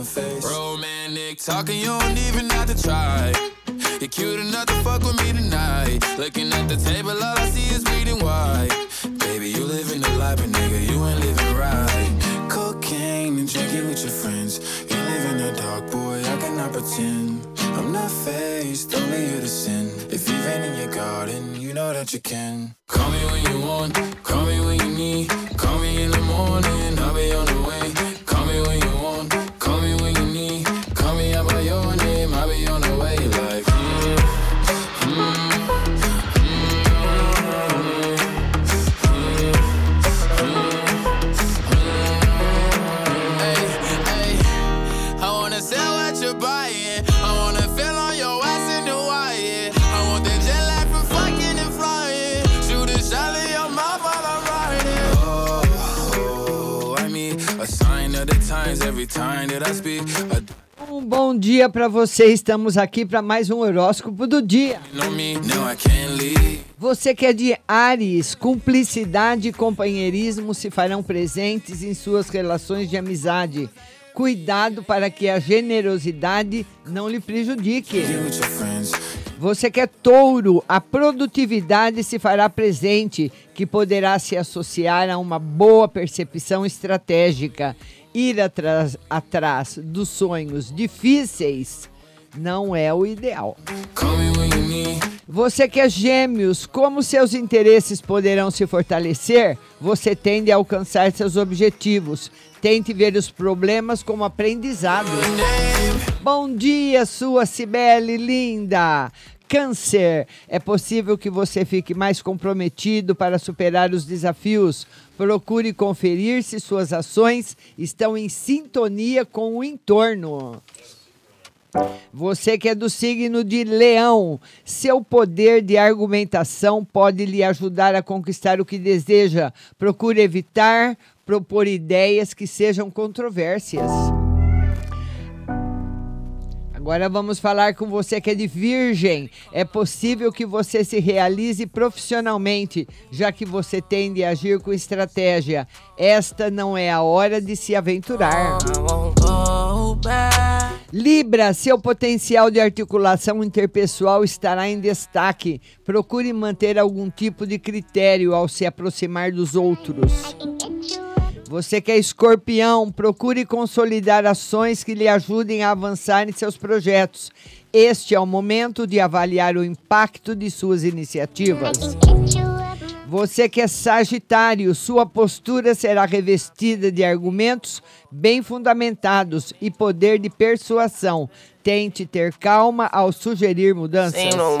Romantic talking, you don't even have to try. You're cute enough to fuck with me tonight. Looking at the table, all I see is bleeding white. Baby, you living the life, but nigga, you ain't living right. Cocaine and drinking with your friends. You live in the dark, boy, I cannot pretend. I'm not faced, only you to sin. If you've been in your garden, you know that you can. Call me when you want, call me when you need. Call me in the morning, I'll be on the way. Call me when you want, call me when you need. Call me out by your name, I'll be on the way. Like, I wanna sell what you're buying. I wanna feel on your ass in the wire. I want that jet lag from fucking and flying. Shoot a shot in your mouth while I'm riding. Oh, I mean, a sign of the times every time that I speak. Um bom dia para você, estamos aqui para mais um horóscopo do dia. Você que é de Áries, cumplicidade e companheirismo se farão presentes em suas relações de amizade. Cuidado para que a generosidade não lhe prejudique. Você que é Touro, a produtividade se fará presente, que poderá se associar a uma boa percepção estratégica. Ir atrás dos sonhos difíceis não é o ideal. Você que é Gêmeos, como seus interesses poderão se fortalecer, você tende a alcançar seus objetivos. Tente ver os problemas como aprendizado. Bom dia, sua Cibele linda! Câncer, é possível que você fique mais comprometido para superar os desafios. Procure conferir se suas ações estão em sintonia com o entorno. Você que é do signo de Leão, seu poder de argumentação pode lhe ajudar a conquistar o que deseja. Procure evitar propor ideias que sejam controvérsias. Agora vamos falar com você que é de Virgem. É possível que você se realize profissionalmente, já que você tende a agir com estratégia. Esta não é a hora de se aventurar. Libra, seu potencial de articulação interpessoal estará em destaque. Procure manter algum tipo de critério ao se aproximar dos outros. Você que é Escorpião, procure consolidar ações que lhe ajudem a avançar em seus projetos. Este é o momento de avaliar o impacto de suas iniciativas. Você que é Sagitário, sua postura será revestida de argumentos bem fundamentados e poder de persuasão. Tente ter calma ao sugerir mudanças.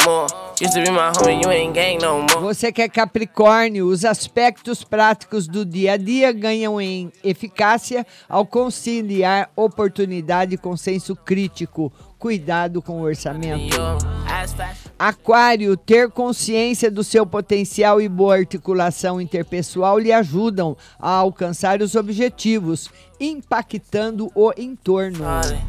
Você que é Capricórnio, os aspectos práticos do dia a dia ganham em eficácia ao conciliar oportunidade com senso crítico. Cuidado com o orçamento. Aquário, ter consciência do seu potencial e boa articulação interpessoal lhe ajudam a alcançar os objetivos, impactando o entorno.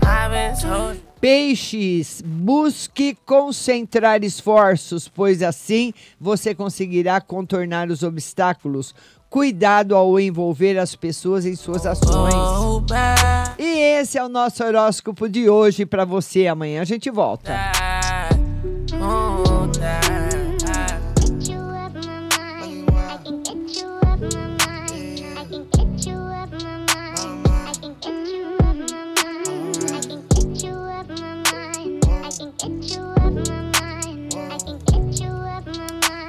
Peixes, busque concentrar esforços, pois assim você conseguirá contornar os obstáculos. Cuidado ao envolver as pessoas em suas ações. E esse é o nosso horóscopo de hoje para você. Amanhã a gente volta.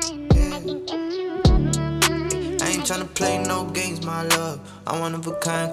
Tryna play no games, my love. I'm one of a kind.